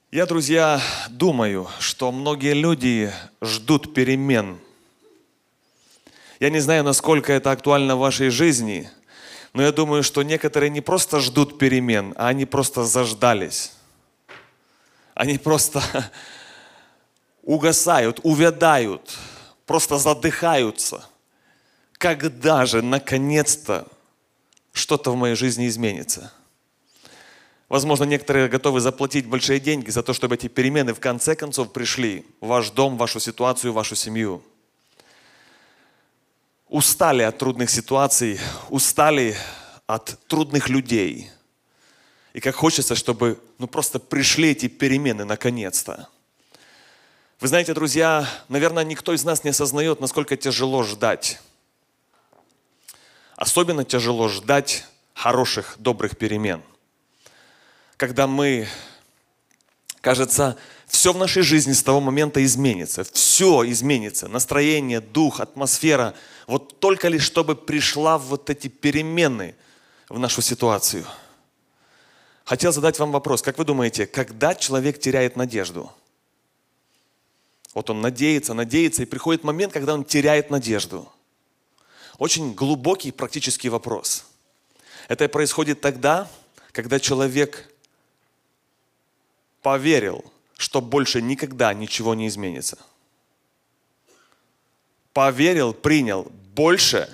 Я, друзья, думаю, что многие люди ждут перемен. Я не знаю, насколько это актуально в вашей жизни, но я думаю, что некоторые не просто ждут перемен, а они просто заждались. Они просто угасают, увядают, просто задыхаются. Когда же, наконец-то, что-то в моей жизни изменится? Возможно, некоторые готовы заплатить большие деньги за то, чтобы эти перемены в конце концов пришли в ваш дом, в вашу ситуацию, в вашу семью. Устали от трудных ситуаций, устали от трудных людей. И как хочется, чтобы просто пришли эти перемены наконец-то. Вы знаете, друзья, наверное, никто из нас не осознает, насколько тяжело ждать. Особенно тяжело ждать хороших, добрых перемен. Когда кажется, все в нашей жизни с того момента изменится. Все изменится. Настроение, дух, атмосфера. Вот только лишь чтобы пришла вот эти перемены в нашу ситуацию. Хотел задать вам вопрос. Как вы думаете, когда человек теряет надежду? Вот он надеется, надеется, и приходит момент, когда он теряет надежду. Очень глубокий практический вопрос. Это происходит тогда, когда человек поверил, что больше никогда ничего не изменится. Поверил, принял. Больше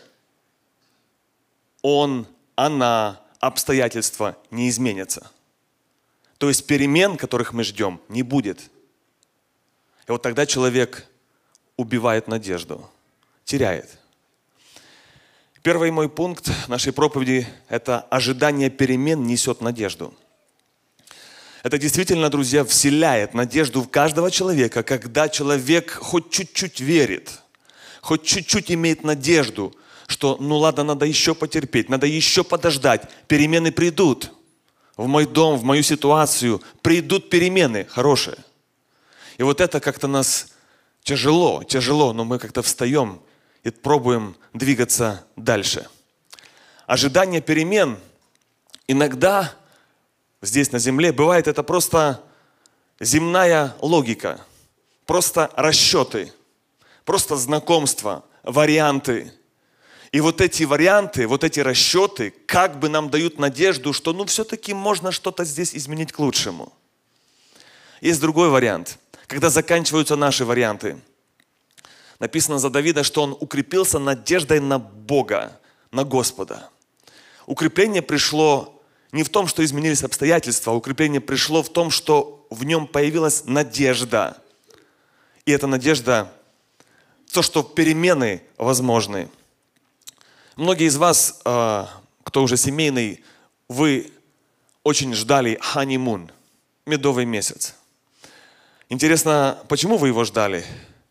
она, обстоятельства не изменятся. То есть перемен, которых мы ждем, не будет. И вот тогда человек убивает надежду, теряет. Первый мой пункт нашей проповеди – это ожидание перемен несет надежду. Это действительно, друзья, вселяет надежду в каждого человека, когда человек хоть чуть-чуть верит, хоть чуть-чуть имеет надежду, что ладно, надо еще потерпеть, надо еще подождать, перемены придут. В мой дом, в мою ситуацию придут перемены хорошие. И вот это как-то нас тяжело, но мы как-то встаем и пробуем двигаться дальше. Ожидание перемен иногда здесь на земле бывает это просто земная логика, просто расчеты, просто знакомства, варианты. И вот эти варианты, вот эти расчеты как бы нам дают надежду, что все-таки можно что-то здесь изменить к лучшему. Есть другой вариант, когда заканчиваются наши варианты. Написано за Давида, что он укрепился надеждой на Бога, на Господа. Укрепление пришло не в том, что изменились обстоятельства, а укрепление пришло в том, что в нем появилась надежда. И эта надежда, то, что перемены возможны. Многие из вас, кто уже семейный, вы очень ждали honeymoon, медовый месяц. Интересно, почему вы его ждали?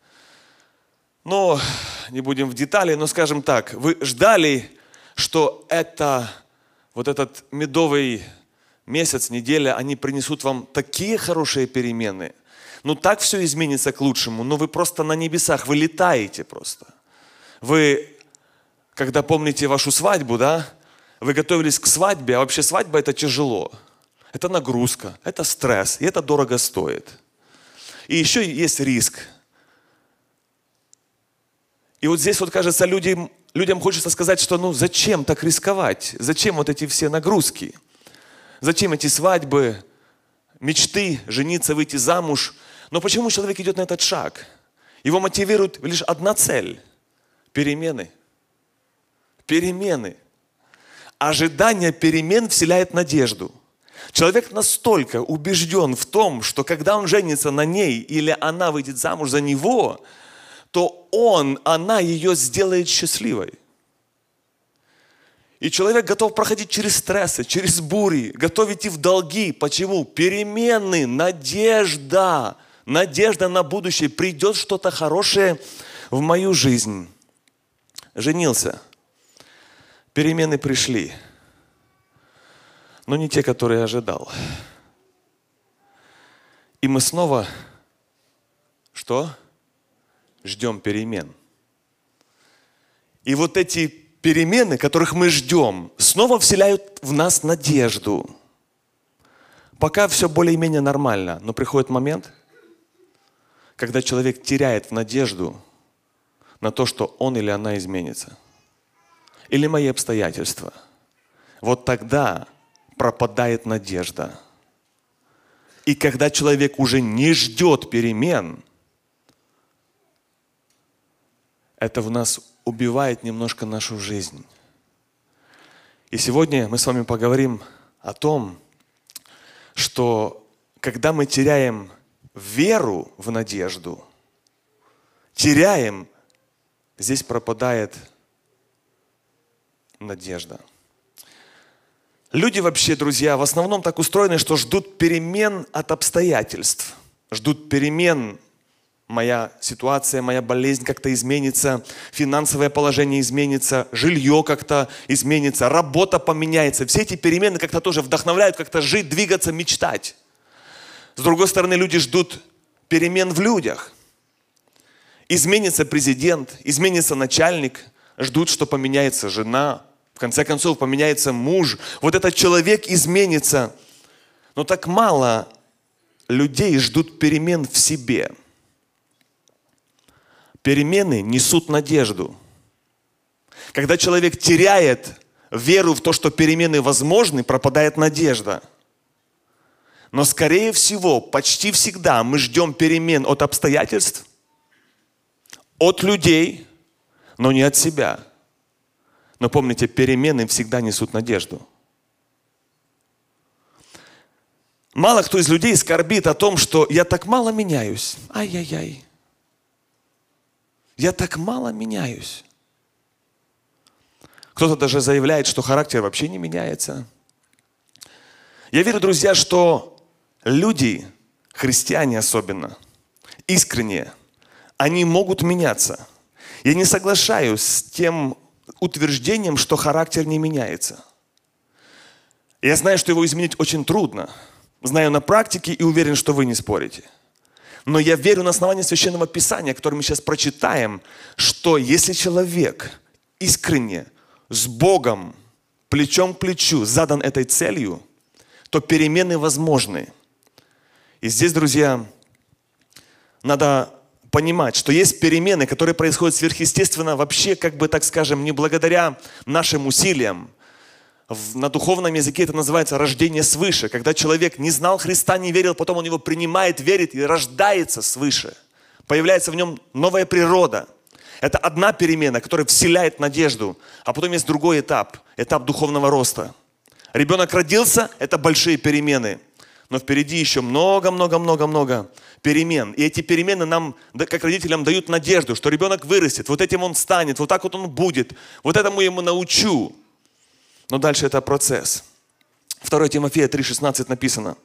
Не будем в детали, но скажем так, вы ждали, что вот этот медовый месяц, неделя, они принесут вам такие хорошие перемены. Так все изменится к лучшему, но вы просто на небесах, вы летаете просто. Вы, когда помните вашу свадьбу, да, вы готовились к свадьбе, а вообще свадьба это тяжело. Это нагрузка, это стресс, и это дорого стоит. И еще есть риск. И вот здесь кажется, людям хочется сказать, что зачем так рисковать? Зачем вот эти все нагрузки? Зачем эти свадьбы, мечты, жениться, выйти замуж? Но почему человек идет на этот шаг? Его мотивирует лишь одна цель – перемены. Перемены. Ожидание перемен вселяет надежду. Человек настолько убежден в том, что когда он женится на ней или она выйдет замуж за него, то она ее сделает счастливой. И человек готов проходить через стрессы, через бури, готов идти в долги. Почему? Перемены, надежда. Надежда на будущее. Придет что-то хорошее в мою жизнь. Женился. Перемены пришли. Но не те, которые я ожидал. И мы снова что? Ждем перемен. И вот эти перемены, которых мы ждем, снова вселяют в нас надежду. пока все более-менее нормально, но приходит момент, когда человек теряет надежду на то, что он или она изменится. Или мои обстоятельства. Вот тогда пропадает надежда. И когда человек уже не ждет перемен, это в нас убивает немножко нашу жизнь. И сегодня мы с вами поговорим о том, что когда мы теряем веру в надежду, здесь пропадает надежда. Люди вообще, друзья, в основном так устроены, что ждут перемен от обстоятельств. Ждут перемен. Моя ситуация, моя болезнь как-то изменится, финансовое положение изменится, жилье как-то изменится, работа поменяется. Все эти перемены как-то тоже вдохновляют как-то жить, двигаться, мечтать. С другой стороны, люди ждут перемен в людях. Изменится президент, изменится начальник, ждут, что поменяется жена, в конце концов поменяется муж. Вот этот человек изменится. Но так мало людей ждут перемен в себе. Перемены несут надежду. Когда человек теряет веру в то, что перемены возможны, пропадает надежда. Но, скорее всего, почти всегда мы ждем перемен от обстоятельств, от людей, но не от себя. Но помните, перемены всегда несут надежду. Мало кто из людей скорбит о том, что я так мало меняюсь. Ай-яй-яй. Я так мало меняюсь. Кто-то даже заявляет, что характер вообще не меняется. Я верю, друзья, что люди, христиане особенно, искренние, они могут меняться. Я не соглашаюсь с тем утверждением, что характер не меняется. Я знаю, что его изменить очень трудно. Знаю на практике и уверен, что вы не спорите. Но я верю на основании Священного Писания, которое мы сейчас прочитаем, что если человек искренне, с Богом, плечом к плечу задан этой целью, то перемены возможны. И здесь, друзья, надо понимать, что есть перемены, которые происходят сверхъестественно вообще, как бы так скажем, не благодаря нашим усилиям. На духовном языке это называется рождение свыше. Когда человек не знал Христа, не верил, потом он его принимает, верит и рождается свыше. Появляется в нем новая природа. Это одна перемена, которая вселяет надежду. А потом есть другой этап, этап духовного роста. Ребенок родился, это большие перемены. Но впереди еще много перемен. И эти перемены нам, как родителям, дают надежду, что ребенок вырастет, вот этим он станет, вот так вот он будет, вот этому ему научу. Но дальше это процесс. 2 Тимофея 3,16 написано.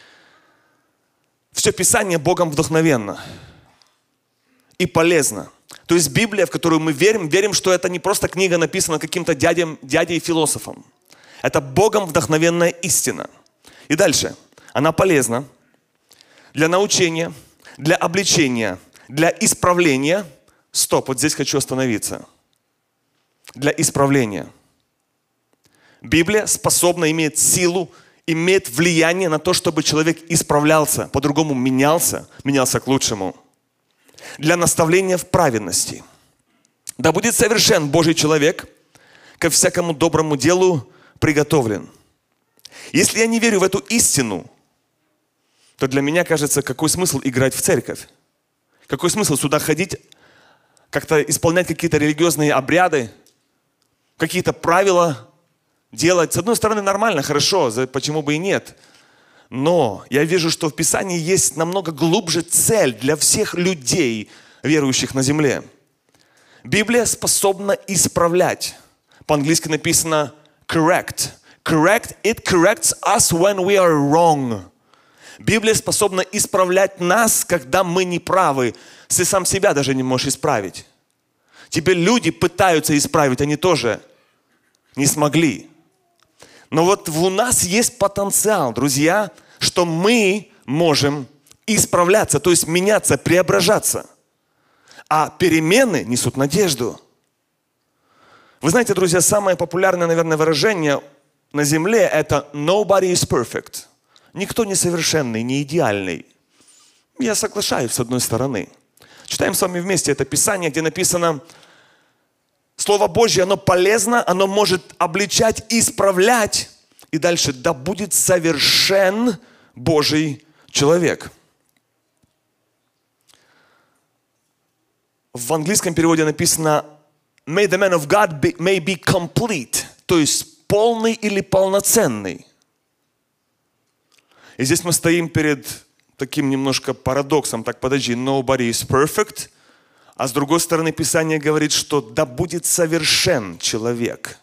Все Писание Богом вдохновенно и полезно. То есть Библия, в которую мы верим, что это не просто книга, написана каким-то дядей-философом. Это Богом вдохновенная истина. И дальше. Она полезна для научения, для обличения, для исправления. Стоп, вот здесь хочу остановиться. Для исправления. Библия способна, имеет силу, имеет влияние на то, чтобы человек исправлялся, по-другому менялся к лучшему. Для наставления в праведности. Да будет совершен Божий человек, ко всякому доброму делу приготовлен. Если я не верю в эту истину, то для меня кажется, какой смысл играть в церковь? Какой смысл сюда ходить, как-то исполнять какие-то религиозные обряды, какие-то правила делать? С одной стороны, нормально, хорошо, почему бы и нет. Но я вижу, что в Писании есть намного глубже цель для всех людей, верующих на земле. Библия способна исправлять. По-английски написано correct. Correct, it corrects us when we are wrong. Библия способна исправлять нас, когда мы не правы. Ты сам себя даже не можешь исправить. Тебе люди пытаются исправить, они тоже не смогли. Но вот у нас есть потенциал, друзья, что мы можем исправляться, то есть меняться, преображаться. А перемены несут надежду. Вы знаете, друзья, самое популярное, наверное, выражение на земле – это «nobody is perfect». Никто не совершенный, не идеальный. Я соглашаюсь с одной стороны. Читаем с вами вместе это Писание, где написано: Слово Божье, оно полезно, оно может обличать, исправлять. И дальше: да будет совершен Божий человек. В английском переводе написано may the man of God may be complete, то есть полный или полноценный. И здесь мы стоим перед таким немножко парадоксом. Так, подожди, nobody is perfect. А с другой стороны, Писание говорит, что да будет совершен человек.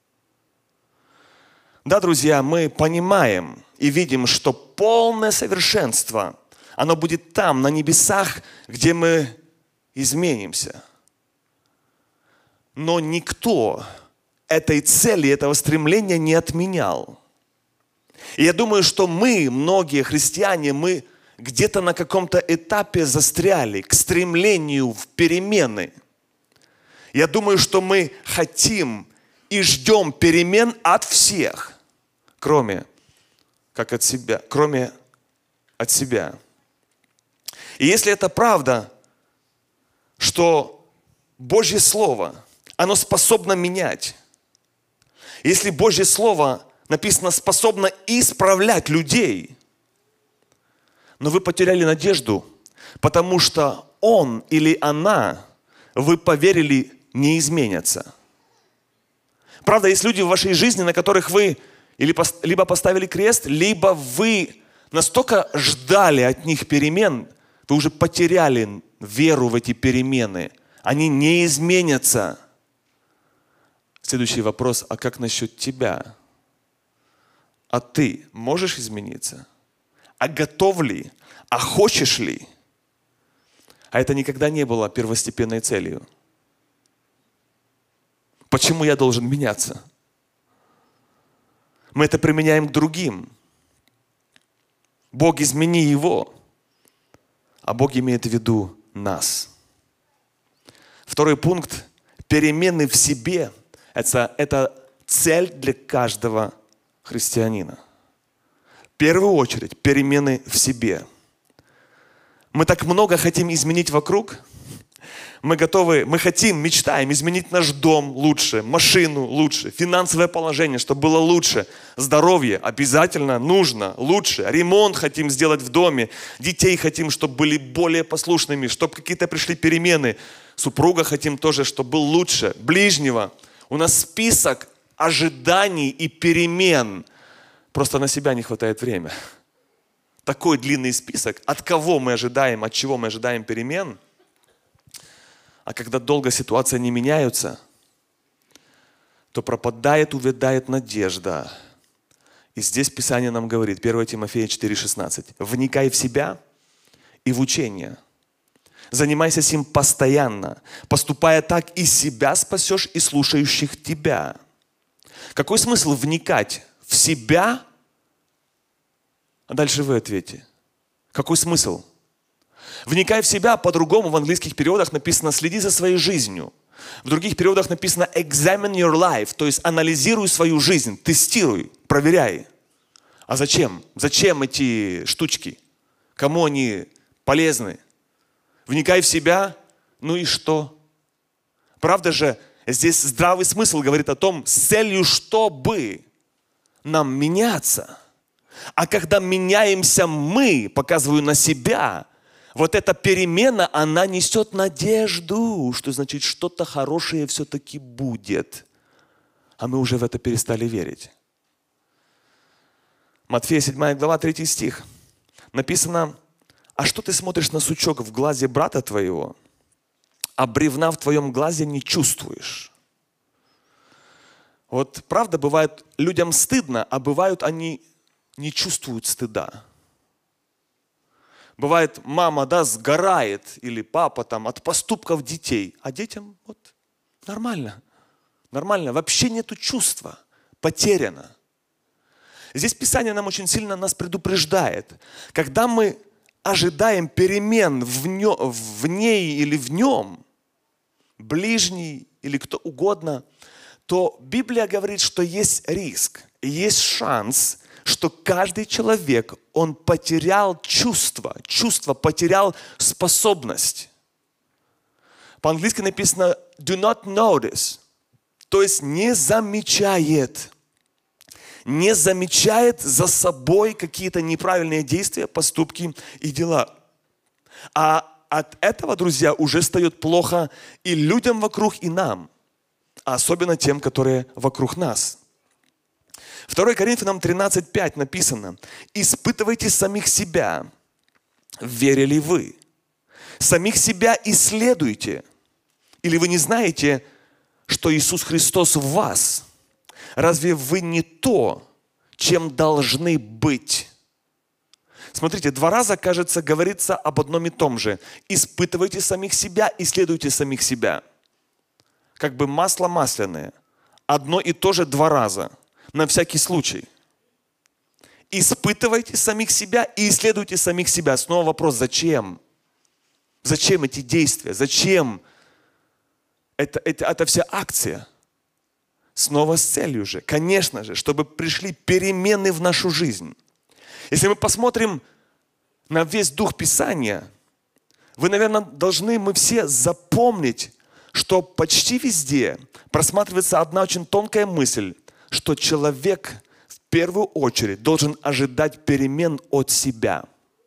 Да, друзья, мы понимаем и видим, что полное совершенство, оно будет там, на небесах, где мы изменимся. Но никто этой цели, этого стремления не отменял. И я думаю, что мы, многие христиане, мы где-то на каком-то этапе застряли к стремлению в перемены. Я думаю, что мы хотим и ждем перемен от всех, кроме от себя. И если это правда, что Божье Слово, оно способно менять. Если Божье Слово, написано, способно исправлять людей, но вы потеряли надежду, потому что он или она, вы поверили, не изменятся. Правда, есть люди в вашей жизни, на которых вы либо поставили крест, либо вы настолько ждали от них перемен, вы уже потеряли веру в эти перемены. Они не изменятся. Следующий вопрос: а как насчет тебя? А ты можешь измениться? А готов ли? А хочешь ли? А это никогда не было первостепенной целью. Почему я должен меняться? Мы это применяем к другим. Бог, измени его. А Бог имеет в виду нас. Второй пункт. Перемены в себе – это цель для каждого христианина. В первую очередь, перемены в себе. Мы так много хотим изменить вокруг. Мы хотим, мечтаем изменить наш дом лучше, машину лучше, финансовое положение, чтобы было лучше, здоровье обязательно нужно лучше, ремонт хотим сделать в доме, детей хотим, чтобы были более послушными, чтобы какие-то пришли перемены, супруга хотим тоже, чтобы был лучше, ближнего. У нас список ожиданий и перемен, просто на себя не хватает времени. Такой длинный список, от кого мы ожидаем, от чего мы ожидаем перемен. А когда долго ситуация не меняется, то пропадает, увядает надежда. И здесь Писание нам говорит, 1 Тимофея 4,16. «Вникай в себя и в учение. Занимайся сим постоянно. Поступая так, и себя спасешь, и слушающих тебя». Какой смысл вникать в себя? А дальше вы ответите. Какой смысл? Вникай в себя, по-другому в английских переводах написано «следи за своей жизнью». В других переводах написано «examine your life», то есть анализируй свою жизнь, тестируй, проверяй. А зачем? Зачем эти штучки? Кому они полезны? Вникай в себя, ну и что? Правда же, здесь здравый смысл говорит о том, с целью, чтобы нам меняться. А когда меняемся мы, показываю на себя, вот эта перемена, она несет надежду, что значит что-то хорошее все-таки будет. А мы уже в это перестали верить. Матфея 7 глава 3 стих. Написано: «А что ты смотришь на сучок в глазе брата твоего, а бревна в твоем глазе не чувствуешь?» Вот правда, бывает людям стыдно, а бывают они не чувствуют стыда. Бывает, мама, сгорает, или папа от поступков детей, а детям нормально, вообще нету чувства, потеряно. Здесь Писание нам очень сильно нас предупреждает. Когда мы ожидаем перемен в ней или в нем, ближний или кто угодно, то Библия говорит, что есть риск, есть шанс, что каждый человек, он потерял чувство, потерял способность. По-английски написано do not notice, то есть не замечает за собой какие-то неправильные действия, поступки и дела. А от этого, друзья, уже стает плохо и людям вокруг, и нам, а особенно тем, которые вокруг нас. 2 Коринфянам 13:5 написано: «Испытывайте самих себя, верили вы. Самих себя исследуйте. Или вы не знаете, что Иисус Христос в вас? Разве вы не то, чем должны быть?» Смотрите, 2 раза, кажется, говорится об одном и том же. Испытывайте самих себя, исследуйте самих себя. Как бы масло масляное. Одно и то же 2 раза. На всякий случай. Испытывайте самих себя и исследуйте самих себя. Снова вопрос, зачем? Зачем эти действия? Зачем эта вся акция? Снова с целью же. Конечно же, чтобы пришли перемены в нашу жизнь. Если мы посмотрим на весь дух Писания, вы, наверное, мы все запомнить, что почти везде просматривается одна очень тонкая мысль, что человек в первую очередь должен ожидать перемен от себя.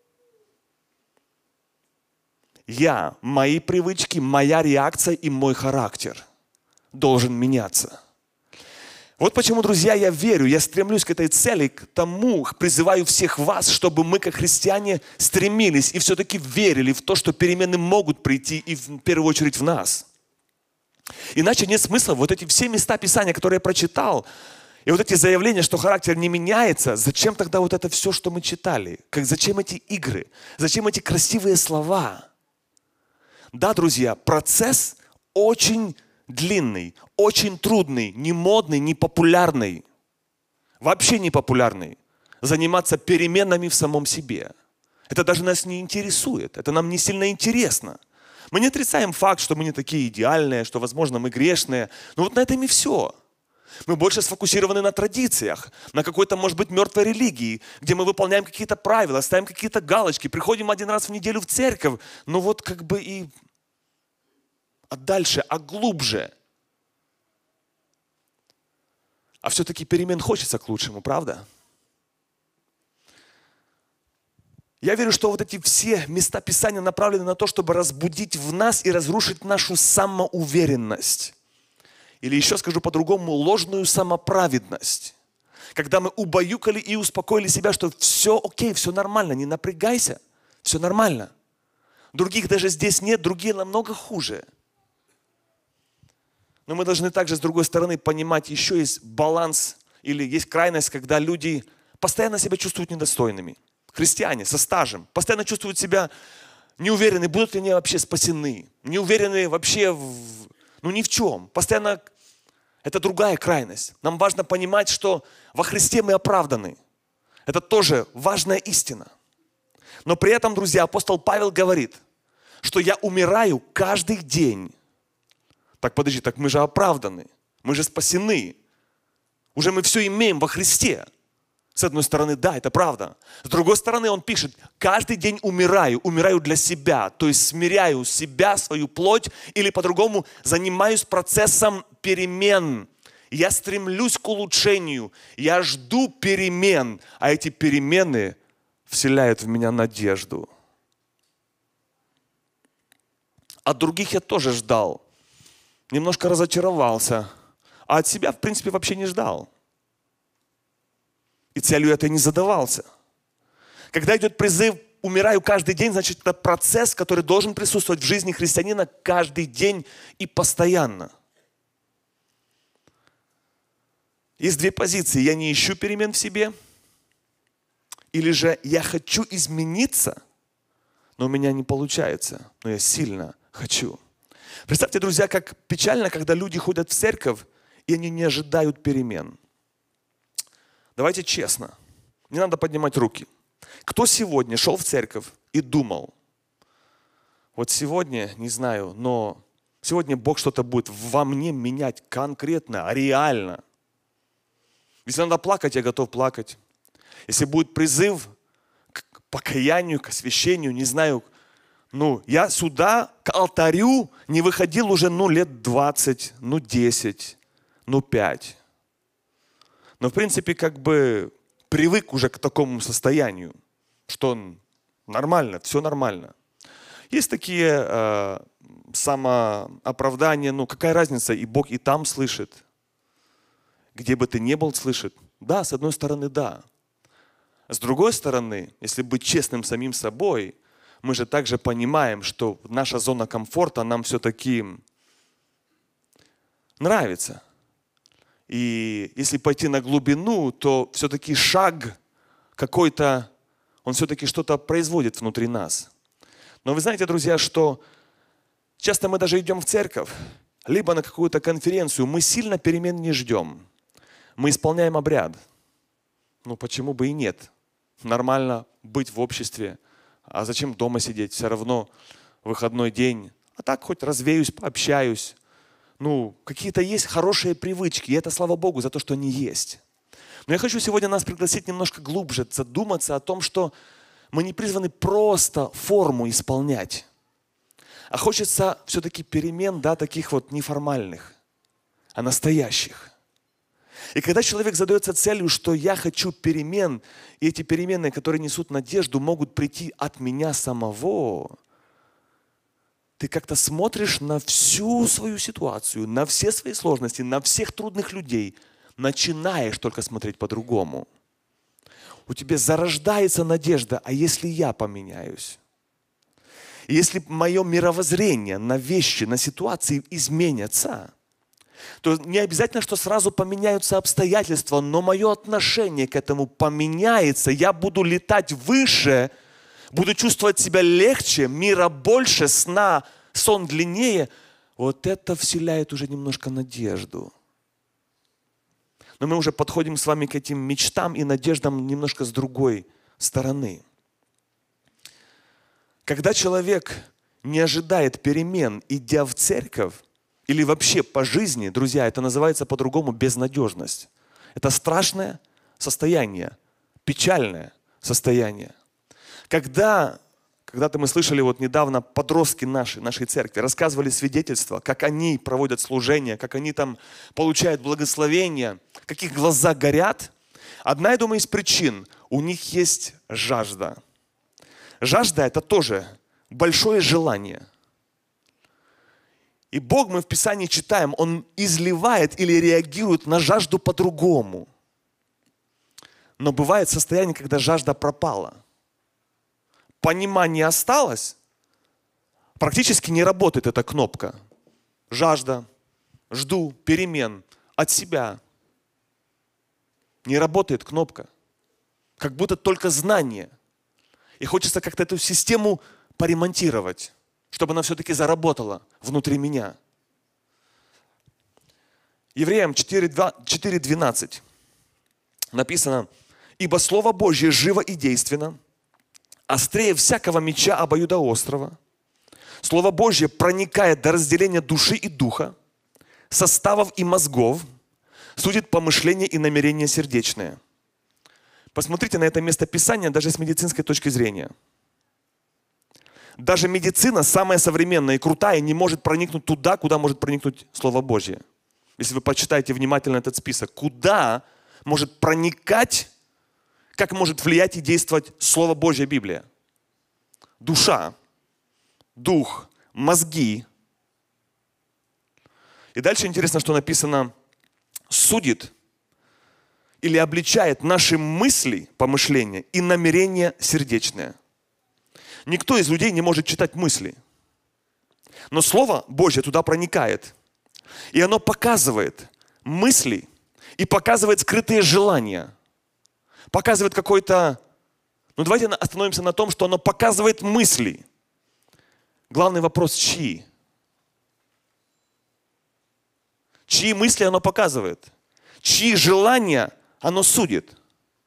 Мои привычки, моя реакция и мой характер должен меняться. Вот почему, друзья, я верю, я стремлюсь к этой цели, к тому, призываю всех вас, чтобы мы, как христиане, стремились и все-таки верили в то, что перемены могут прийти и в первую очередь в нас. Иначе нет смысла. Вот эти все места Писания, которые я прочитал, и вот эти заявления, что характер не меняется, зачем тогда вот это все, что мы читали? Зачем эти игры? Зачем эти красивые слова? Да, друзья, процесс очень длинный, очень трудный, не модный, не популярный. Вообще не популярный. Заниматься переменами в самом себе. Это даже нас не интересует. Это нам не сильно интересно. Мы не отрицаем факт, что мы не такие идеальные, что, возможно, мы грешные. Но вот на этом и все. Мы больше сфокусированы на традициях, на какой-то, может быть, мертвой религии, где мы выполняем какие-то правила, ставим какие-то галочки, приходим 1 раз в неделю в церковь, но вот как бы и... А дальше, а глубже. А все-таки перемен хочется к лучшему, правда? Я верю, что вот эти все места Писания направлены на то, чтобы разбудить в нас и разрушить нашу самоуверенность. Или еще скажу по-другому, ложную самоправедность. Когда мы убаюкали и успокоили себя, что все окей, все нормально, не напрягайся, все нормально. Других даже здесь нет, другие намного хуже. Но мы должны также, с другой стороны, понимать, еще есть баланс или есть крайность, когда люди постоянно себя чувствуют недостойными. Христиане со стажем постоянно чувствуют себя неуверенны, будут ли они вообще спасены, не уверены вообще ни в чем. Постоянно это другая крайность. Нам важно понимать, что во Христе мы оправданы. Это тоже важная истина. Но при этом, друзья, апостол Павел говорит, что я умираю каждый день. Так, подожди, так мы же оправданы, мы же спасены. Уже мы все имеем во Христе. С одной стороны, да, это правда. С другой стороны, он пишет, каждый день умираю для себя. То есть смиряю себя, свою плоть, или по-другому занимаюсь процессом перемен. Я стремлюсь к улучшению, я жду перемен, а эти перемены вселяют в меня надежду. От других я тоже ждал. Немножко разочаровался, а от себя, в принципе, вообще не ждал. И целью это не задавался. Когда идет призыв «умираю каждый день», значит, это процесс, который должен присутствовать в жизни христианина каждый день и постоянно. Есть 2 позиции. Я не ищу перемен в себе, или же я хочу измениться, но у меня не получается, но я сильно хочу. Представьте, друзья, как печально, когда люди ходят в церковь, и они не ожидают перемен. Давайте честно, не надо поднимать руки. Кто сегодня шел в церковь и думал, вот сегодня, не знаю, но сегодня Бог что-то будет во мне менять конкретно, реально. Если надо плакать, я готов плакать. если будет призыв к покаянию, к освящению, не знаю, я сюда, к алтарю, не выходил уже, лет 20, 10, 5. Но, в принципе, привык уже к такому состоянию, что нормально, все нормально. Есть такие самооправдания, какая разница, и Бог и там слышит. Где бы ты ни был, слышит. Да, с одной стороны, да. С другой стороны, если быть честным самим собой, мы же также понимаем, что наша зона комфорта нам все-таки нравится. И если пойти на глубину, то все-таки шаг какой-то, он все-таки что-то производит внутри нас. Но вы знаете, друзья, что часто мы даже идем в церковь, либо на какую-то конференцию, мы сильно перемен не ждем. Мы исполняем обряд. Почему бы и нет? Нормально быть в обществе. А зачем дома сидеть? Все равно выходной день. А так хоть развеюсь, пообщаюсь. Какие-то есть хорошие привычки. И это слава Богу за то, что они есть. Но я хочу сегодня нас пригласить немножко глубже задуматься о том, что мы не призваны просто форму исполнять. А хочется все-таки перемен, таких неформальных, а настоящих. И когда человек задается целью, что я хочу перемен, и эти перемены, которые несут надежду, могут прийти от меня самого, ты как-то смотришь на всю свою ситуацию, на все свои сложности, на всех трудных людей, начинаешь только смотреть по-другому. У тебя зарождается надежда, а если я поменяюсь? Если мое мировоззрение на вещи, на ситуации изменятся, то не обязательно, что сразу поменяются обстоятельства, но мое отношение к этому поменяется. Я буду летать выше, буду чувствовать себя легче, мира больше, сон длиннее. Вот это вселяет уже немножко надежду. Но мы уже подходим с вами к этим мечтам и надеждам немножко с другой стороны. Когда человек не ожидает перемен, идя в церковь, или вообще по жизни, друзья, это называется по-другому безнадежность. Это страшное состояние, печальное состояние. Когда-то мы слышали недавно подростки нашей церкви рассказывали свидетельства, как они проводят служение, как они там получают благословение, как их глаза горят. Одна, я думаю, из причин, у них есть жажда. Жажда – это тоже большое желание. И Бог, мы в Писании читаем, Он изливает или реагирует на жажду по-другому. Но бывает состояние, когда жажда пропала. Понимание осталось, практически не работает эта кнопка. Жажда, жду перемен от себя. Не работает кнопка. Как будто только знание. И хочется как-то эту систему поремонтировать, чтобы она все-таки заработала внутри меня. Евреям 4:12 написано: «Ибо Слово Божье живо и действенно, острее всякого меча обоюдоострого. Слово Божье проникает до разделения души и духа, составов и мозгов, судит помышления и намерения сердечные». Посмотрите на это место Писания даже с медицинской точки зрения. Даже медицина, самая современная и крутая, не может проникнуть туда, куда может проникнуть Слово Божье. Если вы почитаете внимательно этот список, куда может проникать, как может влиять и действовать Слово Божье, Библия? Душа, дух, мозги. И дальше интересно, что написано: судит или обличает наши мысли, помышления и намерения сердечные. Никто из людей не может читать мысли. Но Слово Божье туда проникает. И оно показывает мысли и показывает скрытые желания. Показывает какой-то... давайте остановимся на том, что оно показывает мысли. Главный вопрос: чьи? Чьи мысли оно показывает? Чьи желания оно судит?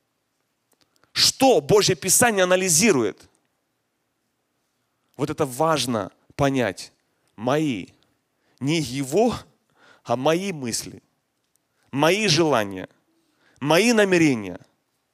Что Божье Писание анализирует? Вот это важно понять. Мои. Не его, а мои мысли. Мои желания. Мои намерения.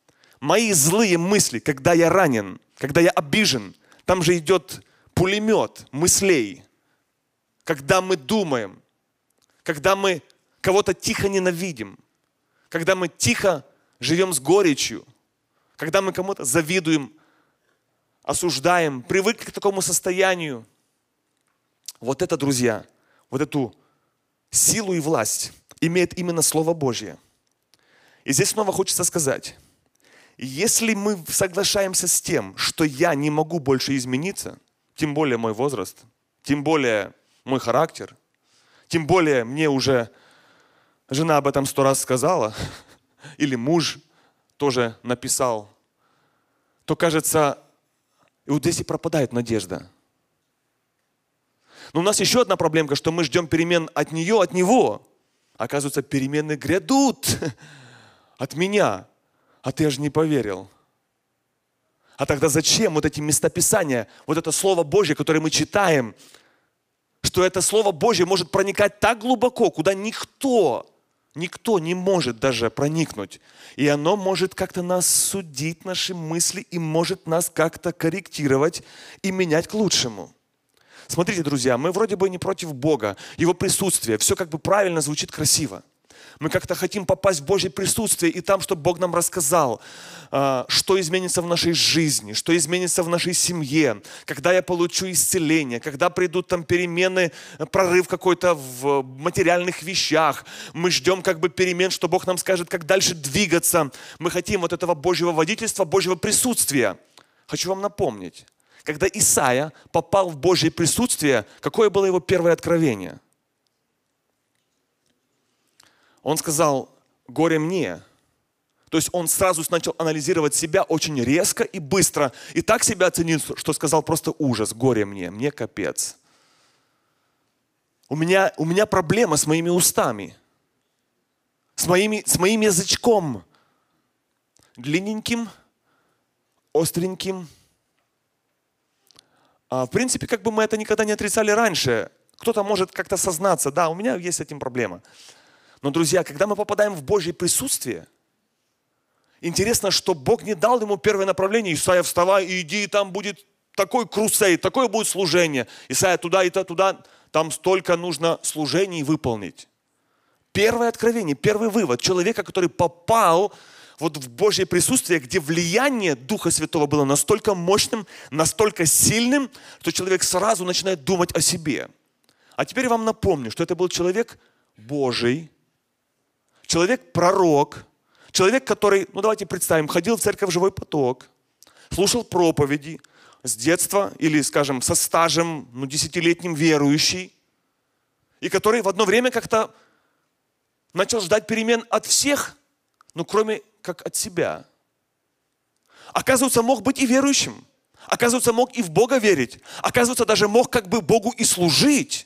мои злые мысли, когда я ранен, когда я обижен, там же идет пулемет мыслей. Когда мы думаем, когда мы кого-то тихо ненавидим, когда мы тихо живем с горечью, когда мы кому-то завидуем, осуждаем, привыкли к такому состоянию. Вот это, друзья, вот эту силу и власть имеет именно Слово Божье. И здесь снова хочется сказать, если мы соглашаемся с тем, что я не могу больше измениться, тем более мой возраст, тем более мой характер, тем более мне уже жена об этом 100 раз сказала, или муж тоже написал, то кажется, и вот здесь и пропадает надежда. Но у нас еще одна проблемка, что мы ждем перемен от нее, от него. Оказывается, перемены грядут от меня. А ты аж не поверил. А тогда зачем вот эти местописания, вот это Слово Божье, которое мы читаем, что это Слово Божье может проникать так глубоко, куда никто не может даже проникнуть. И оно может как-то нас судить, наши мысли, и может нас как-то корректировать и менять к лучшему. Смотрите, друзья, мы вроде бы не против Бога, Его присутствия, все как бы правильно звучит красиво. Мы как-то хотим попасть в Божье присутствие и там, чтобы Бог нам рассказал, что изменится в нашей жизни, что изменится в нашей семье, когда я получу исцеление, когда придут там перемены, прорыв какой-то в материальных вещах. Мы ждем как бы перемен, что Бог нам скажет, как дальше двигаться. Мы хотим вот этого Божьего водительства, Божьего присутствия. Хочу вам напомнить, когда Исаия попал в Божье присутствие, какое было его первое откровение? Он сказал: «Горе мне». То есть он сразу начал анализировать себя очень резко и быстро. И так себя оценил, что сказал просто: ужас, горе мне капец. У меня проблема с моими устами, с моим язычком. Длинненьким, остреньким. В принципе, как бы мы это никогда не отрицали раньше. Кто-то может как-то сознаться: да, у меня есть с этим проблема. Но, друзья, когда мы попадаем в Божье присутствие, интересно, что Бог не дал ему первое направление: Исайя, вставай и иди, там будет такой крусейд, такое будет служение. Исайя, туда и туда, там столько нужно служений выполнить. Первое откровение, первый вывод человека, который попал вот в Божье присутствие, где влияние Духа Святого было настолько мощным, настолько сильным, что человек сразу начинает думать о себе. А теперь я вам напомню, что это был человек Божий, человек-пророк, человек, который, давайте представим, ходил в церковь «Живой поток», слушал проповеди с детства или, скажем, со стажем, 10-летним верующий, и который в одно время как-то начал ждать перемен от всех, кроме как от себя. Оказывается, мог быть и верующим. Оказывается, мог и в Бога верить. Оказывается, даже мог как бы Богу и служить.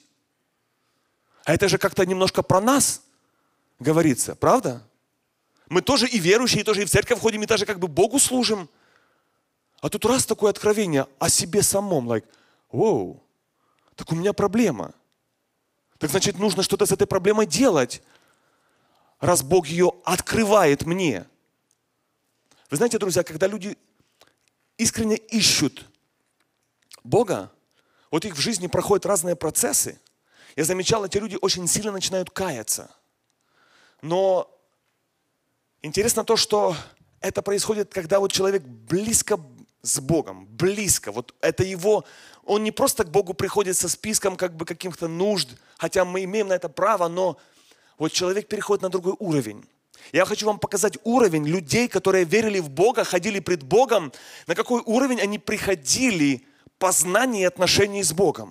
А это же как-то немножко про нас говорится, правда? Мы тоже и верующие, тоже и в церковь ходим, и даже как бы Богу служим. А тут раз такое откровение о себе самом, воу, так у меня проблема. Так значит, нужно что-то с этой проблемой делать, раз Бог ее открывает мне. Вы знаете, друзья, когда люди искренне ищут Бога, вот их в жизни проходят разные процессы. Я замечал, эти люди очень сильно начинают каяться. Но интересно то, что это происходит, когда вот человек близко с Богом, близко. Вот это его, он не просто к Богу приходит со списком как бы каких-то нужд, хотя мы имеем на это право, но вот человек переходит на другой уровень. Я хочу вам показать уровень людей, которые верили в Бога, ходили пред Богом, на какой уровень они приходили познания и отношений с Богом.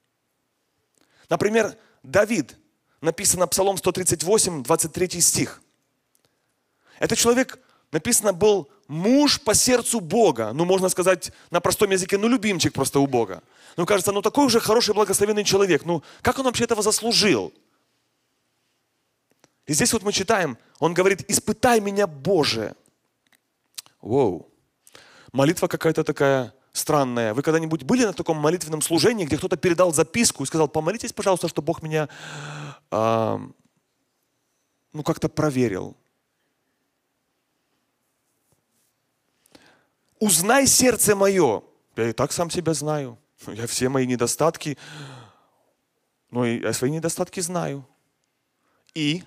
Например, Давид, написано Псалом 138, 23 стих. Этот человек, написано, был муж по сердцу Бога. Можно сказать на простом языке, любимчик просто у Бога. Кажется, такой уже хороший, благословенный человек. Как он вообще этого заслужил? И здесь вот мы читаем, он говорит: испытай меня, Боже. Воу. Молитва какая-то такая странная. Вы когда-нибудь были на таком молитвенном служении, где кто-то передал записку и сказал: помолитесь, пожалуйста, чтобы Бог меня как-то проверил? Узнай сердце мое. Я и так сам себя знаю. Я все мои недостатки, но я свои недостатки знаю. И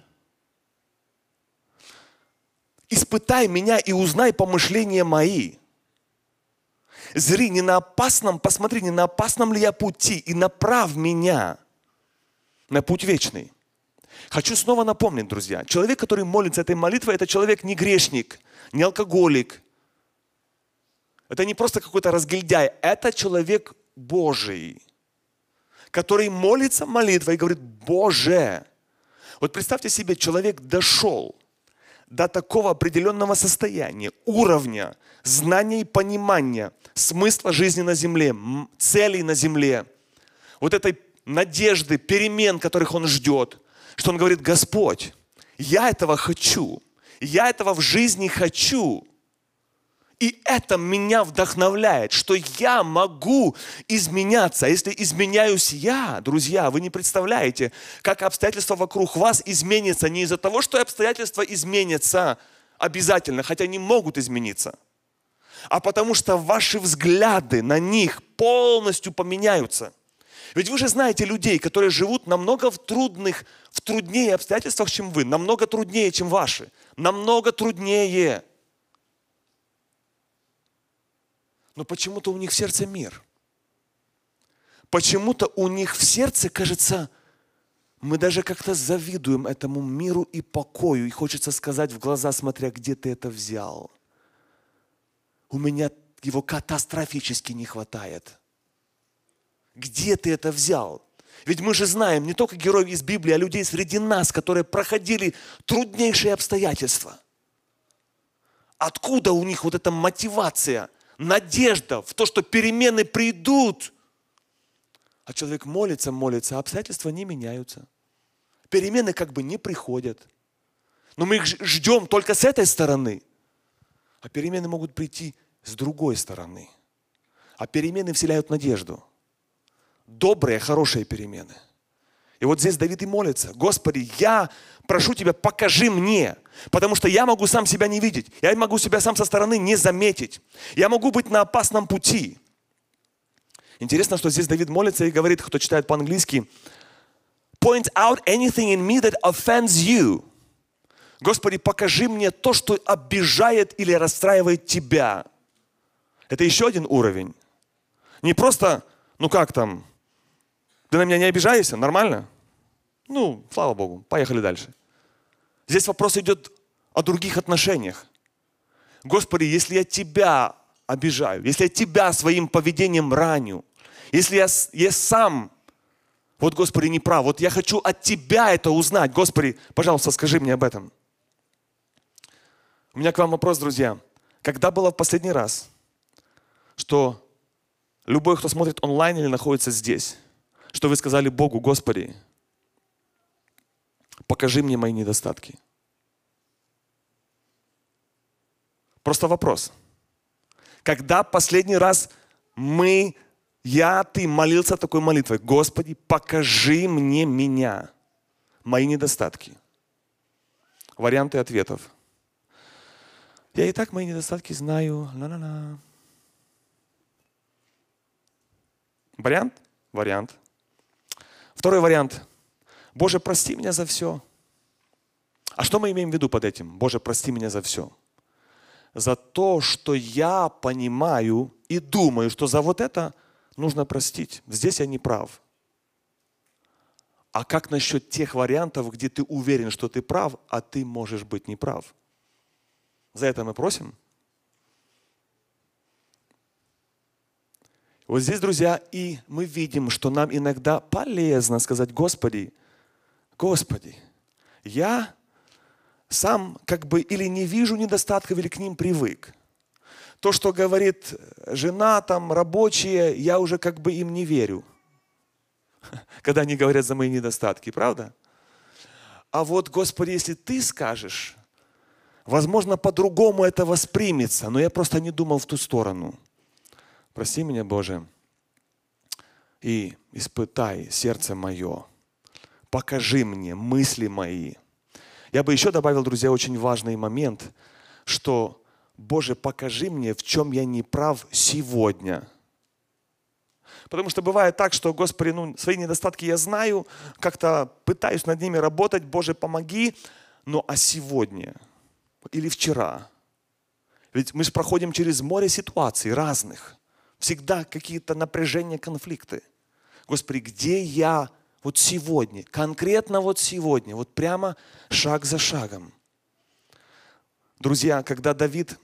испытай меня и узнай помышления мои. Зри не на опасном, посмотри, не на опасном ли я пути, и направь меня на путь вечный. Хочу снова напомнить, друзья, человек, который молится этой молитвой, это человек не грешник, не алкоголик. Это не просто какой-то разгильдяй, это человек Божий, который молится молитвой и говорит: Боже. Вот представьте себе, человек дошел до такого определенного состояния, уровня знания и понимания смысла жизни на земле, целей на земле, вот этой надежды, перемен, которых он ждет, что он говорит: Господь, я этого хочу, я этого в жизни хочу. И это меня вдохновляет, что я могу изменяться. Если изменяюсь я, друзья, вы не представляете, как обстоятельства вокруг вас изменятся не из-за того, что обстоятельства изменятся обязательно, хотя они могут измениться, а потому что ваши взгляды на них полностью поменяются. Ведь вы же знаете людей, которые живут намного в труднее обстоятельствах, чем вы, намного труднее, чем ваши, намного труднее. Но почему-то у них в сердце мир. Почему-то у них в сердце, кажется, мы даже как-то завидуем этому миру и покою. И хочется сказать в глаза, смотря, где ты это взял. У меня его катастрофически не хватает. Где ты это взял? Ведь мы же знаем не только героев из Библии, а людей среди нас, которые проходили труднейшие обстоятельства. Откуда у них вот эта мотивация? Надежда в то, что перемены придут. А человек молится, а обстоятельства не меняются. Перемены как бы не приходят. Но мы их ждем только с этой стороны. А перемены могут прийти с другой стороны. А перемены вселяют надежду. Добрые, хорошие перемены. И вот здесь Давид и молится: Господи, я прошу Тебя, покажи мне, потому что я могу сам себя не видеть, я могу себя сам со стороны не заметить, я могу быть на опасном пути. Интересно, что здесь Давид молится и говорит, кто читает по-английски: Point out anything in me that offends you. Господи, покажи мне то, что обижает или расстраивает Тебя. Это еще один уровень. Не просто, ну как там, ты на меня не обижаешься, нормально? Ну, слава Богу, поехали дальше. Здесь вопрос идет о других отношениях. Господи, если я Тебя обижаю, если я Тебя своим поведением раню, если я сам, вот, Господи, не прав, вот я хочу от Тебя это узнать. Господи, пожалуйста, скажи мне об этом. У меня к вам вопрос, друзья. Когда было в последний раз, что любой, кто смотрит онлайн или находится здесь, что вы сказали Богу: Господи, покажи мне мои недостатки? Просто вопрос. Когда последний раз ты молился такой молитвой: Господи, покажи мне меня, мои недостатки? Варианты ответов. Я и так мои недостатки знаю. Ла-ла-ла. Вариант? Вариант. Второй вариант. Боже, прости меня за все. А что мы имеем в виду под этим? Боже, прости меня за все. За то, что я понимаю и думаю, что за вот это нужно простить. Здесь я не прав. А как насчет тех вариантов, где ты уверен, что ты прав, а ты можешь быть неправ? За это мы просим? Вот здесь, друзья, и мы видим, что нам иногда полезно сказать: Господи, я сам как бы или не вижу недостатков, или к ним привык. То, что говорит жена, там, рабочие, я уже как бы им не верю, когда они говорят за мои недостатки, правда? А вот, Господи, если Ты скажешь, возможно, по-другому это воспримется, но я просто не думал в ту сторону. Прости меня, Боже, и испытай сердце мое. Покажи мне мысли мои. Я бы еще добавил, друзья, очень важный момент, что Боже, покажи мне, в чем я не прав сегодня. Потому что бывает так, что, Господи, свои недостатки я знаю, как-то пытаюсь над ними работать, Боже, помоги, а сегодня или вчера? Ведь мы же проходим через море ситуаций разных. Всегда какие-то напряжения, конфликты. Господи, где я вот сегодня, конкретно вот сегодня, вот прямо шаг за шагом? Друзья, когда Давид,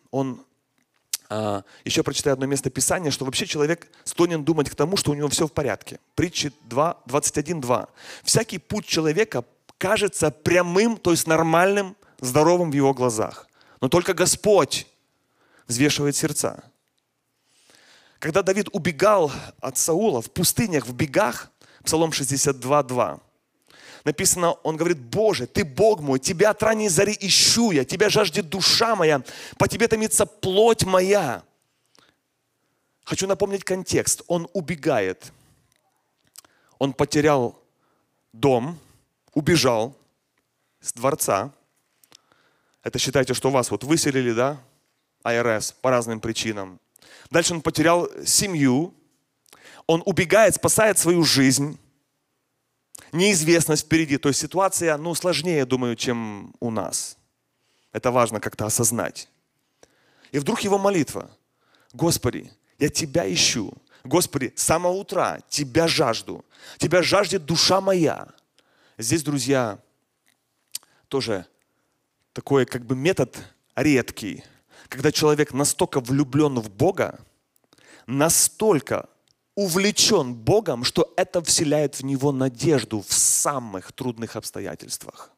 еще прочитаю одно место Писания, что вообще человек склонен думать к тому, что у него все в порядке. Притчи 21:2. Всякий путь человека кажется прямым, то есть нормальным, здоровым в его глазах. Но только Господь взвешивает сердца. Когда Давид убегал от Саула в пустынях, в бегах, Псалом 62:2, написано, он говорит: Боже, Ты Бог мой, Тебя от ранней зари ищу я, Тебя жаждет душа моя, по Тебе томится плоть моя. Хочу напомнить контекст. Он убегает. Он потерял дом, убежал с дворца. Это считайте, что вас вот выселили, да, АРС по разным причинам. Дальше он потерял семью. Он убегает, спасает свою жизнь. Неизвестность впереди. То есть ситуация, сложнее, думаю, чем у нас. Это важно как-то осознать. И вдруг его молитва: Господи, я Тебя ищу. Господи, с самого утра Тебя жажду. Тебя жаждет душа моя. Здесь, друзья, тоже такой метод редкий. Когда человек настолько влюблен в Бога, настолько увлечен Богом, что это вселяет в него надежду в самых трудных обстоятельствах.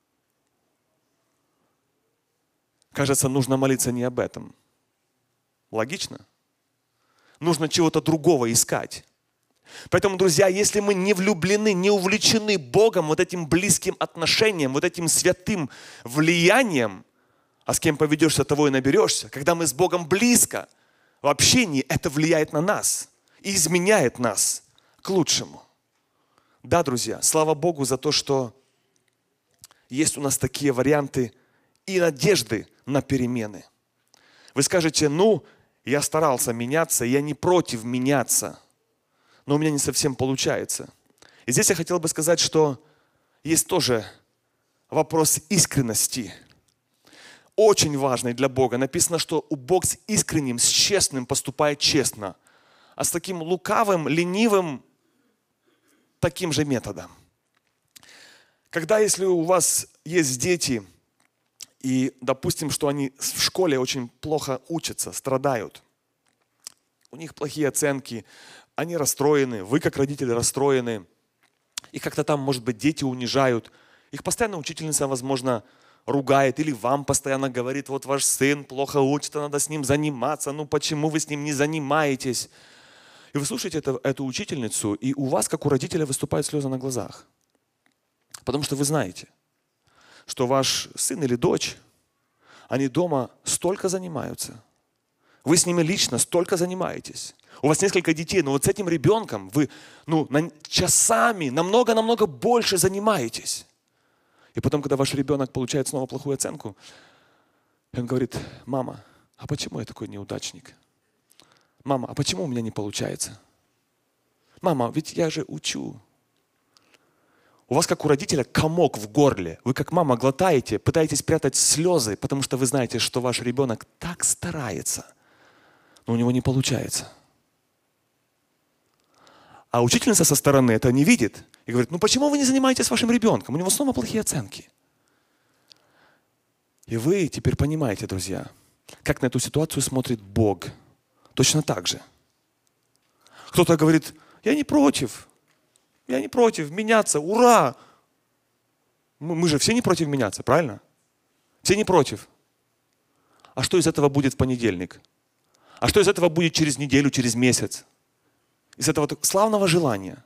Кажется, нужно молиться не об этом. Логично? Нужно чего-то другого искать. Поэтому, друзья, если мы не влюблены, не увлечены Богом, вот этим близким отношением, вот этим святым влиянием, а с кем поведешься, того и наберешься, когда мы с Богом близко, в общении, это влияет на нас и изменяет нас к лучшему. Да, друзья, слава Богу за то, что есть у нас такие варианты и надежды на перемены. Вы скажете: я старался меняться, я не против меняться, но у меня не совсем получается. И здесь я хотел бы сказать, что есть тоже вопрос искренности. Очень важный для Бога. Написано, что Бог с искренним, с честным поступает честно, а с таким лукавым, ленивым таким же методом. Если у вас есть дети, и, допустим, что они в школе очень плохо учатся, страдают, у них плохие оценки, они расстроены, вы как родители расстроены, и как-то там, может быть, дети унижают, их постоянно учительница, возможно, ругает или вам постоянно говорит: вот ваш сын плохо учится, надо с ним заниматься, почему вы с ним не занимаетесь? И вы слушаете эту учительницу, и у вас, как у родителя, выступают слезы на глазах. Потому что вы знаете, что ваш сын или дочь, они дома столько занимаются. Вы с ними лично столько занимаетесь. У вас несколько детей, но вот с этим ребенком вы часами, намного-намного больше занимаетесь. И потом, когда ваш ребенок получает снова плохую оценку, он говорит: мама, а почему я такой неудачник? Мама, а почему у меня не получается? Мама, ведь я же учу. У вас, как у родителя, комок в горле. Вы, как мама, глотаете, пытаетесь прятать слезы, потому что вы знаете, что ваш ребенок так старается, но у него не получается. А учительница со стороны это не видит и говорит: почему вы не занимаетесь вашим ребенком? У него снова плохие оценки. И вы теперь понимаете, друзья, как на эту ситуацию смотрит Бог. Точно так же. Кто-то говорит: я не против меняться, ура! Мы же все не против меняться, правильно? Все не против. А что из этого будет в понедельник? А что из этого будет через неделю, через месяц? Из этого славного желания.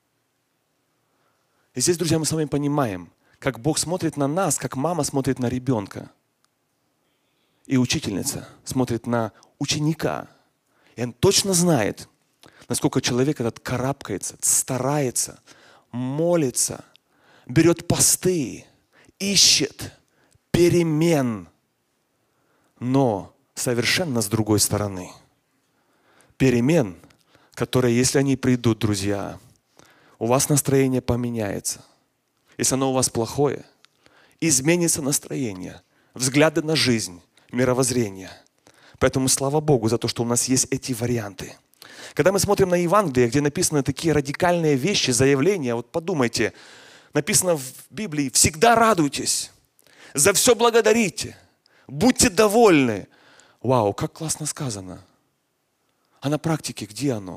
И здесь, друзья, мы с вами понимаем, как Бог смотрит на нас, как мама смотрит на ребенка. И учительница смотрит на ученика. И он точно знает, насколько человек этот карабкается, старается, молится, берет посты, ищет перемен. Но совершенно с другой стороны. Перемен, которые, если они придут, друзья, у вас настроение поменяется. Если оно у вас плохое, изменится настроение, взгляды на жизнь, мировоззрение. Поэтому слава Богу за то, что у нас есть эти варианты. Когда мы смотрим на Евангелие, где написаны такие радикальные вещи, заявления, вот подумайте, написано в Библии: всегда радуйтесь, за все благодарите, будьте довольны. Вау, как классно сказано. А на практике где оно?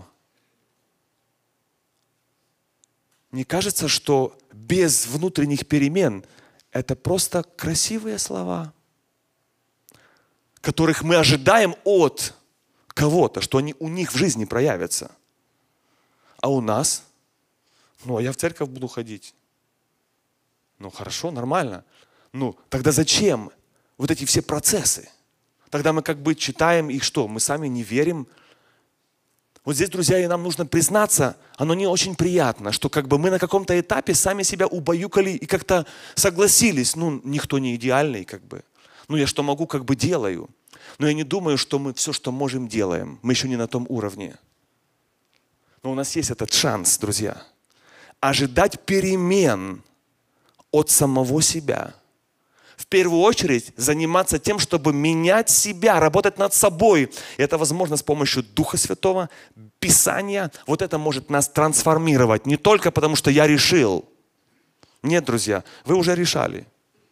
Мне кажется, что без внутренних перемен это просто красивые слова, которых мы ожидаем от кого-то, что они у них в жизни проявятся. А у нас? А я в церковь буду ходить. Хорошо, нормально. Тогда зачем вот эти все процессы? Тогда мы как бы читаем и что? Мы сами не верим. Вот здесь, друзья, и нам нужно признаться, оно не очень приятно, что как бы мы на каком-то этапе сами себя убаюкали и как-то согласились. Никто не идеальный, как бы. Я что могу, как бы делаю. Но я не думаю, что мы все, что можем, делаем. Мы еще не на том уровне. Но у нас есть этот шанс, друзья. Ожидать перемен от самого себя. В первую очередь заниматься тем, чтобы менять себя, работать над собой. И это возможно с помощью Духа Святого, Писания. Вот это может нас трансформировать. Не только потому, что я решил. Нет, друзья, вы уже решали.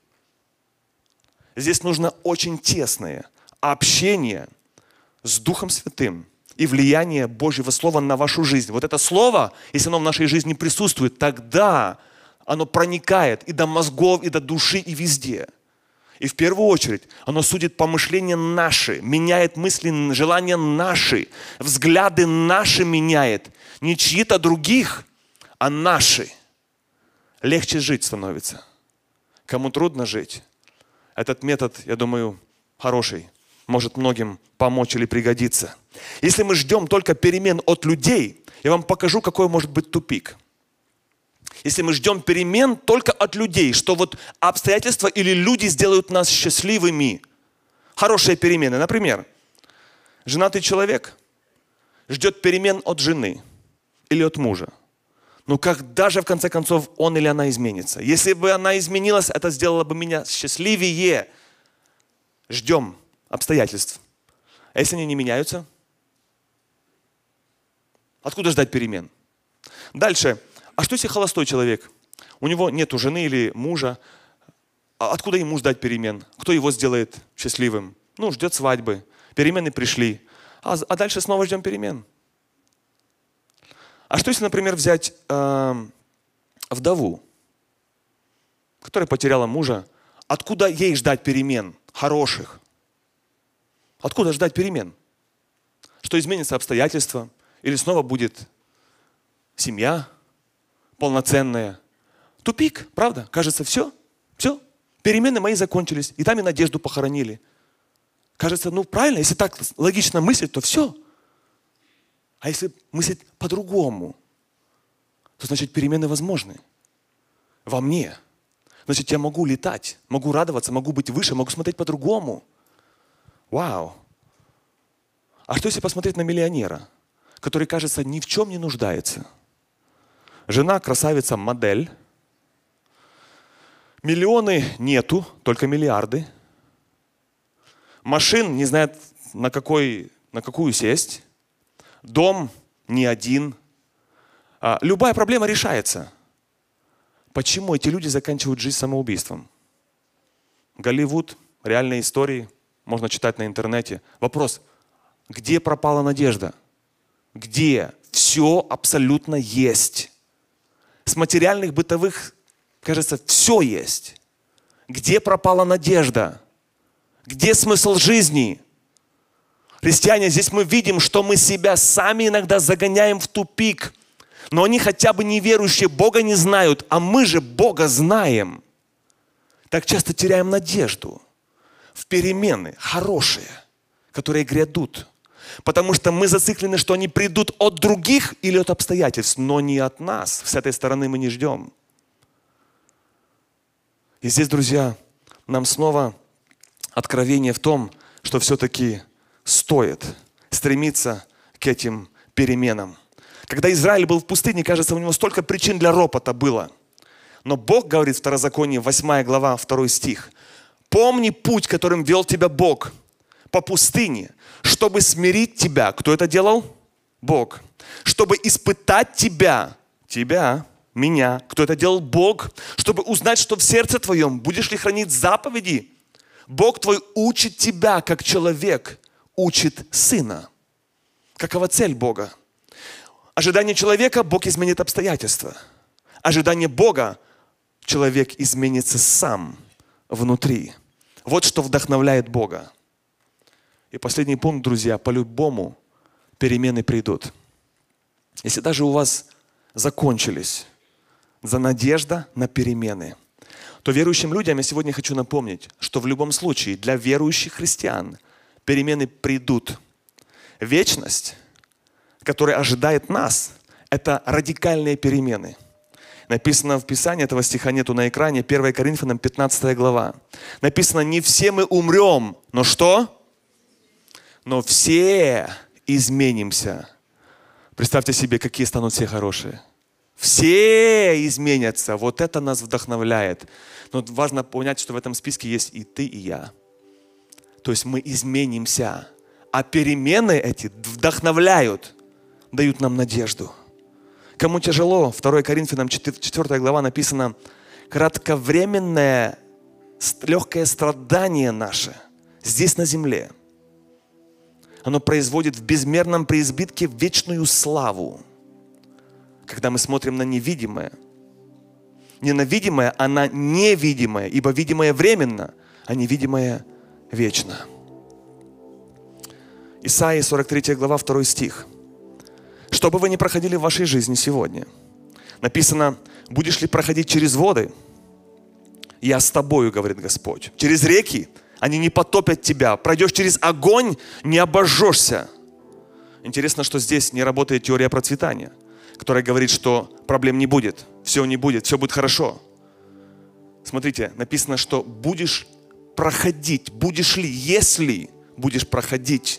Здесь нужно очень тесное общение с Духом Святым и влияние Божьего Слова на вашу жизнь. Вот это Слово, если оно в нашей жизни присутствует, тогда оно проникает и до мозгов, и до души, и везде. И в первую очередь оно судит помышления наши, меняет мысли, желания наши, взгляды наши меняет. Не чьи-то других, а наши. Легче жить становится. Кому трудно жить, этот метод, я думаю, хороший. Может многим помочь или пригодиться. Если мы ждем только перемен от людей, я вам покажу, какой может быть тупик. Если мы ждем перемен только от людей, что вот обстоятельства или люди сделают нас счастливыми. Хорошие перемены. Например, женатый человек ждет перемен от жены или от мужа. Когда же в конце концов он или она изменится? Если бы она изменилась, это сделало бы меня счастливее. Ждем обстоятельств. А если они не меняются? Откуда ждать перемен? Дальше. А что если холостой человек? У него нету жены или мужа. А откуда ему ждать перемен? Кто его сделает счастливым? Ждет свадьбы. Перемены пришли. А дальше снова ждем перемен. А что если, например, взять вдову, которая потеряла мужа? Откуда ей ждать перемен хороших? Откуда ждать перемен? Что изменятся обстоятельства? Или снова будет семья полноценная? Тупик, правда? Кажется, все. Перемены мои закончились. И там и надежду похоронили. Кажется, правильно, если так логично мыслить, то все. А если мыслить по-другому, то значит перемены возможны. Во мне. Значит, я могу летать, могу радоваться, могу быть выше, могу смотреть по-другому. Вау! А что если посмотреть на миллионера, который, кажется, ни в чем не нуждается? Жена красавица, модель. Миллионы нету, только миллиарды. Машин не знает, на какую сесть. Дом не один. Любая проблема решается. Почему эти люди заканчивают жизнь самоубийством? Голливуд, реальные истории, можно читать на интернете. Вопрос, где пропала надежда? Где? Все абсолютно есть. С материальных, бытовых, кажется, все есть. Где пропала надежда? Где смысл жизни? Христиане, здесь мы видим, что мы себя сами иногда загоняем в тупик. Но они хотя бы неверующие, Бога не знают, а мы же Бога знаем. Так часто теряем надежду в перемены хорошие, которые грядут. Потому что мы зациклены, что они придут от других или от обстоятельств, но не от нас. С этой стороны мы не ждем. И здесь, друзья, нам снова откровение в том, что все-таки стоит стремиться к этим переменам. Когда Израиль был в пустыне, кажется, у него столько причин для ропота было. Но Бог говорит в Второзаконии, 8 глава, 2 стих. «Помни путь, которым вел тебя Бог по пустыне, чтобы смирить тебя». Кто это делал? Бог. «Чтобы испытать тебя». Меня. Кто это делал? Бог. «Чтобы узнать, что в сердце твоем, будешь ли хранить заповеди». Бог твой учит тебя, как человек учит сына. Какова цель Бога? Ожидание человека, Бог изменит обстоятельства. Ожидание Бога, человек изменится сам внутри. Вот что вдохновляет Бога. И последний пункт, друзья, по-любому перемены придут. Если даже у вас закончились за надежда на перемены, то верующим людям я сегодня хочу напомнить, что в любом случае для верующих христиан перемены придут. Вечность, которая ожидает нас, это радикальные перемены. Написано в Писании, этого стиха нету на экране, 1 Коринфянам 15 глава. Написано, не все мы умрем, но что? Но все изменимся. Представьте себе, какие станут все хорошие. Все изменятся. Вот это нас вдохновляет. Но важно понять, что в этом списке есть и ты, и я. То есть мы изменимся. А перемены эти вдохновляют, дают нам надежду. Кому тяжело, 2 Коринфянам 4 глава написано, кратковременное легкое страдание наше здесь на земле, оно производит в безмерном преизбытке вечную славу. Когда мы смотрим на невидимое, не на видимое, а на невидимое, ибо видимое временно, а невидимое вечно. Исайя 43 глава 2 стих. Что бы вы ни проходили в вашей жизни сегодня, написано, будешь ли проходить через воды, я с тобою, говорит Господь. Через реки, они не потопят тебя. Пройдешь через огонь, не обожжешься. Интересно, что здесь не работает теория процветания, которая говорит, что проблем не будет, все будет хорошо. Смотрите, написано, что будешь проходить, будешь ли, если будешь проходить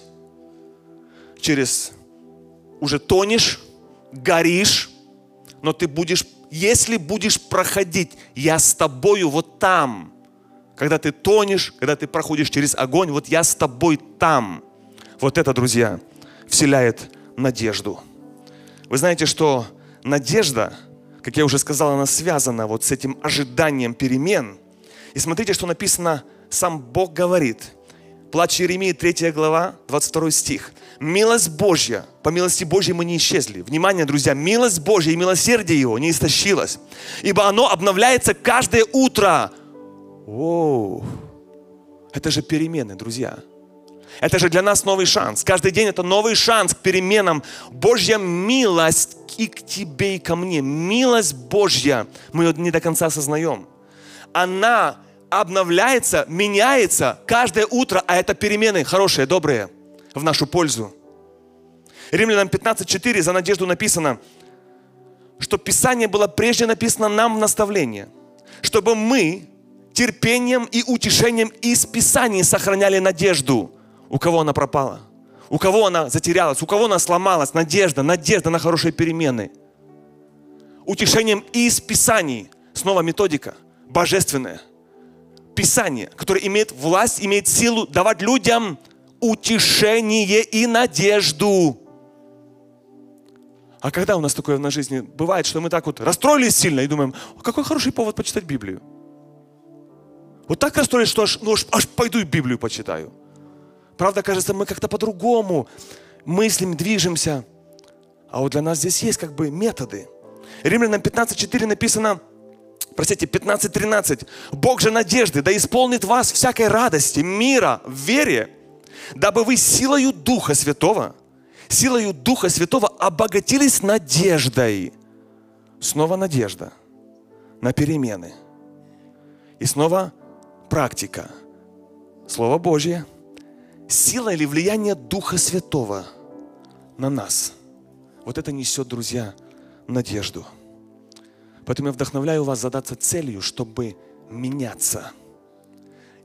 через, уже тонешь, горишь, но ты будешь, если будешь проходить, я с тобою вот там. Когда ты тонешь, когда ты проходишь через огонь, вот я с тобой там. Вот это, друзья, вселяет надежду. Вы знаете, что надежда, как я уже сказал, она связана вот с этим ожиданием перемен. И смотрите, что написано, сам Бог говорит. Плач Иеремии, 3 глава, 22 стих. Милость Божья, по милости Божьей мы не исчезли. Внимание, друзья, милость Божья и милосердие Его не истощилось. Ибо оно обновляется каждое утро. Воу! Это же перемены, друзья. Это же для нас новый шанс. Каждый день это новый шанс к переменам. Божья милость и к тебе, и ко мне. Милость Божья, мы ее не до конца осознаем. Она обновляется, меняется каждое утро, а это перемены хорошие, добрые, в нашу пользу. Римлянам 15:4 за надежду написано, что Писание было прежде написано нам в наставление, чтобы мы терпением и утешением из Писаний сохраняли надежду. У кого она пропала? У кого она затерялась? У кого она сломалась? Надежда на хорошие перемены. Утешением из Писаний. Снова методика божественная. Писание, которое имеет власть, имеет силу давать людям утешение и надежду. А когда у нас такое в жизни бывает, что мы так вот расстроились сильно и думаем, какой хороший повод почитать Библию. Вот так расстроились, что аж пойду и Библию почитаю. Правда, кажется, мы как-то по-другому мыслим, движемся. А вот для нас здесь есть как бы методы. Римлянам 15:4 написано, 15:13. Бог же надежды, да исполнит вас всякой радости, мира, в вере, дабы вы силою Духа Святого обогатились надеждой. Снова надежда на перемены. И снова практика. Слово Божье. Сила или влияние Духа Святого на нас. Вот это несет, друзья, надежду. Поэтому я вдохновляю вас задаться целью, чтобы меняться.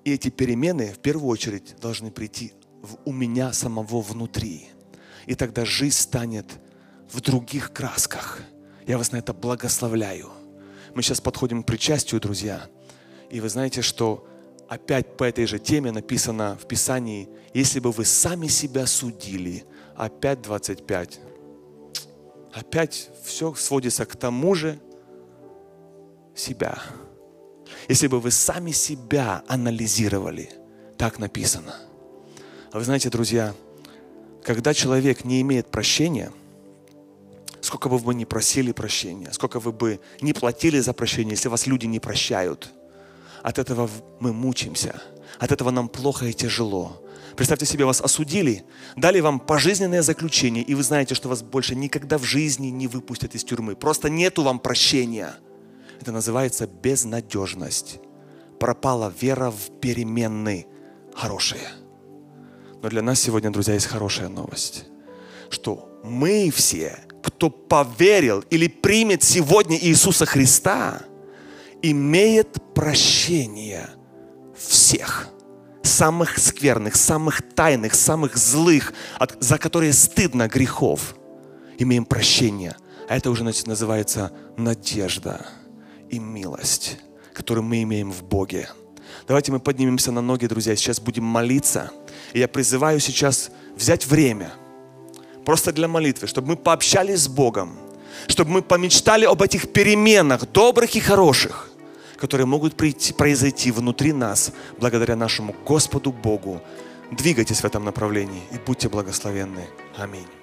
И эти перемены в первую очередь должны прийти у меня самого внутри. И тогда жизнь станет в других красках. Я вас на это благословляю. Мы сейчас подходим к причастию, друзья. И вы знаете, что опять по этой же теме написано в Писании: если бы вы сами себя судили, опять 25. Опять все сводится к тому же себя. Если бы вы сами себя анализировали, так написано. А вы знаете, друзья, когда человек не имеет прощения, сколько бы вы ни просили прощения, сколько вы бы ни платили за прощение, если вас люди не прощают, от этого мы мучаемся, от этого нам плохо и тяжело. Представьте себе, вас осудили, дали вам пожизненное заключение, и вы знаете, что вас больше никогда в жизни не выпустят из тюрьмы. Просто нету вам прощения. Это называется безнадежность. Пропала вера в перемены хорошие. Но для нас сегодня, друзья, есть хорошая новость, что мы все, кто поверил или примет сегодня Иисуса Христа, имеет прощение всех самых скверных, самых тайных, самых злых, за которые стыдно грехов. Имеем прощение. А это уже называется надежда и милость, которую мы имеем в Боге. Давайте мы поднимемся на ноги, друзья, сейчас будем молиться. И я призываю сейчас взять время просто для молитвы, чтобы мы пообщались с Богом, чтобы мы помечтали об этих переменах, добрых и хороших, которые могут произойти внутри нас, благодаря нашему Господу Богу. Двигайтесь в этом направлении и будьте благословенны. Аминь.